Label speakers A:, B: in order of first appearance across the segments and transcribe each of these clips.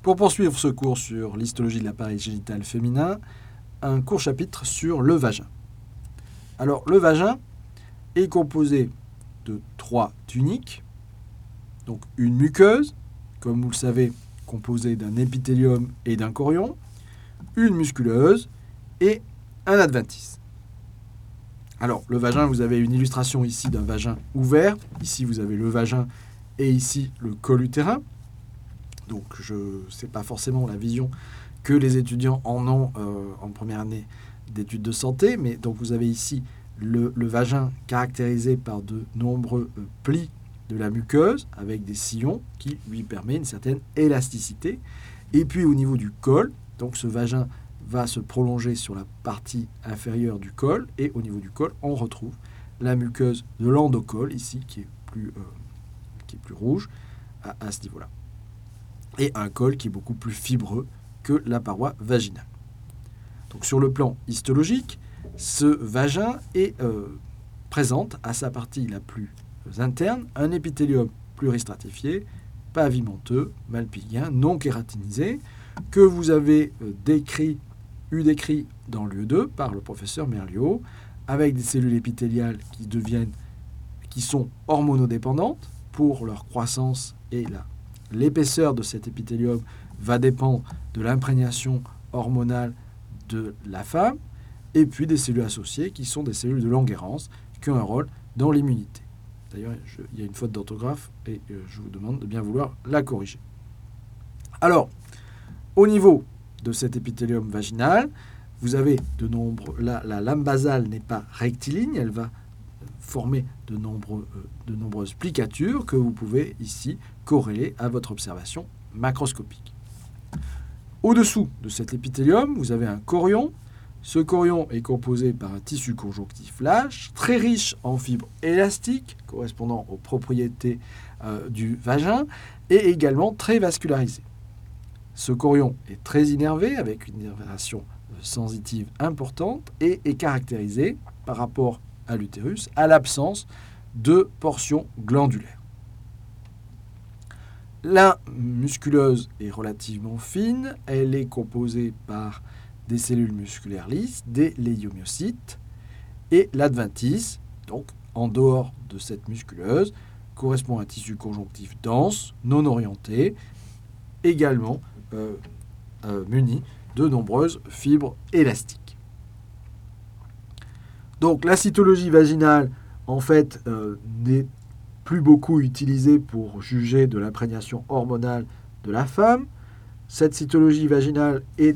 A: Pour poursuivre ce cours sur l'histologie de l'appareil génital féminin, un court chapitre sur le vagin. Alors, le vagin est composé de 3 tuniques, donc une muqueuse, comme vous le savez, composée d'un épithélium et d'un chorion, une musculeuse et un adventice. Alors, le vagin, vous avez une illustration ici d'un vagin ouvert. Ici, vous avez le vagin et ici le col utérin. Donc, ce n'est pas forcément la vision que les étudiants en ont en première année d'études de santé, mais donc vous avez ici le vagin caractérisé par de nombreux plis de la muqueuse avec des sillons qui lui permettent une certaine élasticité. Et puis au niveau du col, donc ce vagin va se prolonger sur la partie inférieure du col et au niveau du col, on retrouve la muqueuse de l'endocole ici qui est plus rouge à ce niveau-là. Et un col qui est beaucoup plus fibreux que la paroi vaginale. Donc sur le plan histologique, ce vagin présente à sa partie la plus interne un épithélium pluristratifié, pavimenteux, malpighin, non kératinisé, que vous avez eu décrit dans l'UE2 par le professeur Merliot, avec des cellules épithéliales qui sont hormonodépendantes pour leur croissance et l'épaisseur de cet épithélium va dépendre de l'imprégnation hormonale de la femme, et puis des cellules associées qui sont des cellules de Langerhans qui ont un rôle dans l'immunité. D'ailleurs, il y a une faute d'orthographe et je vous demande de bien vouloir la corriger. Alors, au niveau de cet épithélium vaginal, vous avez la lame basale n'est pas rectiligne, elle va former de nombreuses plicatures que vous pouvez ici corréler à votre observation macroscopique. Au-dessous de cet épithélium, vous avez un chorion. Ce chorion est composé par un tissu conjonctif lâche, très riche en fibres élastiques, correspondant aux propriétés du vagin, et également très vascularisé. Ce chorion est très innervé, avec une innervation sensitive importante, et est caractérisé, par rapport à l'utérus, à l'absence de portions glandulaires. La musculeuse est relativement fine, elle est composée par des cellules musculaires lisses, des léiomyocytes, et l'adventice, donc en dehors de cette musculeuse, correspond à un tissu conjonctif dense, non orienté, également muni de nombreuses fibres élastiques. Donc la cytologie vaginale, en fait, n'est plus beaucoup utilisée pour juger de l'imprégnation hormonale de la femme. Cette cytologie vaginale est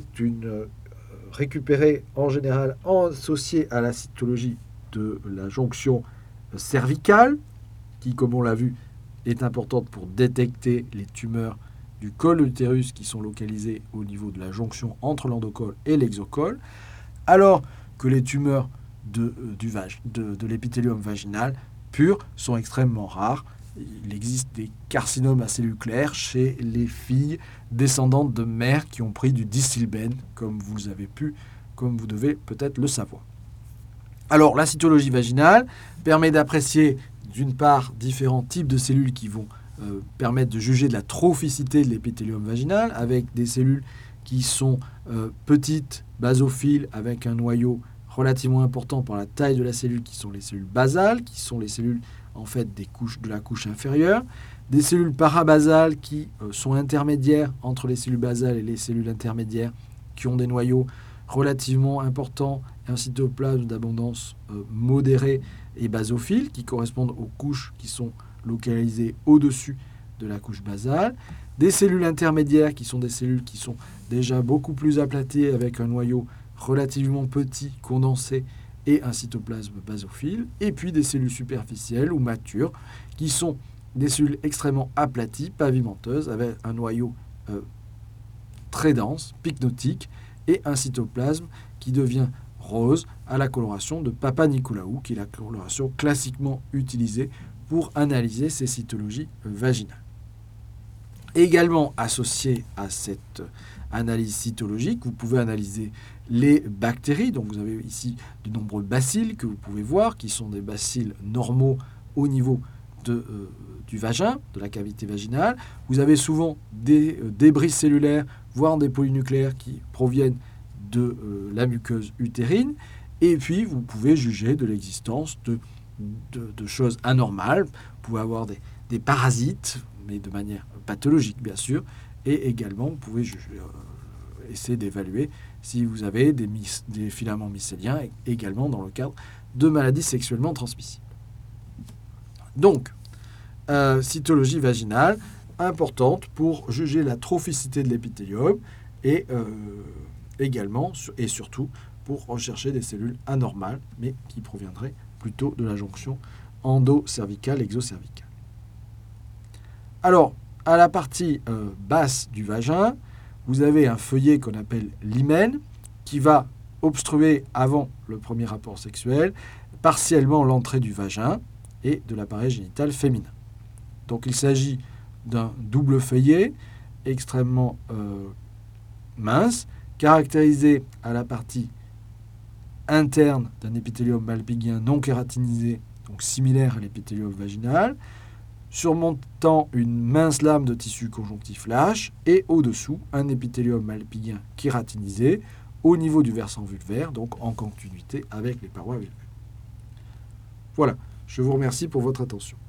A: récupérée en général associée à la cytologie de la jonction cervicale, qui, comme on l'a vu, est importante pour détecter les tumeurs du col de l'utérus qui sont localisées au niveau de la jonction entre l'endocole et l'exocole, alors que les tumeurs de l'épithélium vaginal pur sont extrêmement rares. Il existe des carcinomes à cellules claires chez les filles descendantes de mères qui ont pris du disilbène, comme vous devez peut-être le savoir. Alors, la cytologie vaginale permet d'apprécier, d'une part, différents types de cellules qui vont permettre de juger de la trophicité de l'épithélium vaginal, avec des cellules qui sont petites, basophiles, avec un noyau relativement important par la taille de la cellule, qui sont les cellules basales, qui sont les cellules en fait de la couche inférieure, des cellules parabasales qui sont intermédiaires entre les cellules basales et les cellules intermédiaires, qui ont des noyaux relativement importants, un cytoplasme d'abondance modérée et basophile, qui correspondent aux couches qui sont localisées au-dessus de la couche basale, des cellules intermédiaires qui sont des cellules qui sont déjà beaucoup plus aplaties avec un noyau relativement petit, condensé et un cytoplasme basophile, et puis des cellules superficielles ou matures qui sont des cellules extrêmement aplaties, pavimenteuses, avec un noyau très dense, pycnotique, et un cytoplasme qui devient rose à la coloration de Papanicolaou, qui est la coloration classiquement utilisée pour analyser ces cytologies vaginales. Également associé à cette analyse cytologique, vous pouvez analyser les bactéries. Donc vous avez ici de nombreux bacilles que vous pouvez voir, qui sont des bacilles normaux au niveau du vagin, de la cavité vaginale. Vous avez souvent des débris cellulaires, voire des polynucléaires qui proviennent de la muqueuse utérine. Et puis, vous pouvez juger de l'existence de choses anormales. Vous pouvez avoir des parasites, mais de manière pathologique, bien sûr. Et également, vous pouvez essayer d'évaluer si vous avez des filaments mycéliens, également dans le cadre de maladies sexuellement transmissibles. Donc, cytologie vaginale, importante pour juger la trophicité de l'épithélium et également et surtout pour rechercher des cellules anormales, mais qui proviendraient plutôt de la jonction endo-cervicale-exocervicale. Alors, à la partie basse du vagin, vous avez un feuillet qu'on appelle l'hymen, qui va obstruer avant le premier rapport sexuel, partiellement l'entrée du vagin et de l'appareil génital féminin. Donc il s'agit d'un double feuillet extrêmement mince, caractérisé à la partie interne d'un épithélium malpigien non kératinisé, donc similaire à l'épithélium vaginal, surmontant une mince lame de tissu conjonctif lâche et au-dessous un épithélium malpigien kératinisé au niveau du versant vulvaire, donc en continuité avec les parois vulvaires. Voilà, je vous remercie pour votre attention.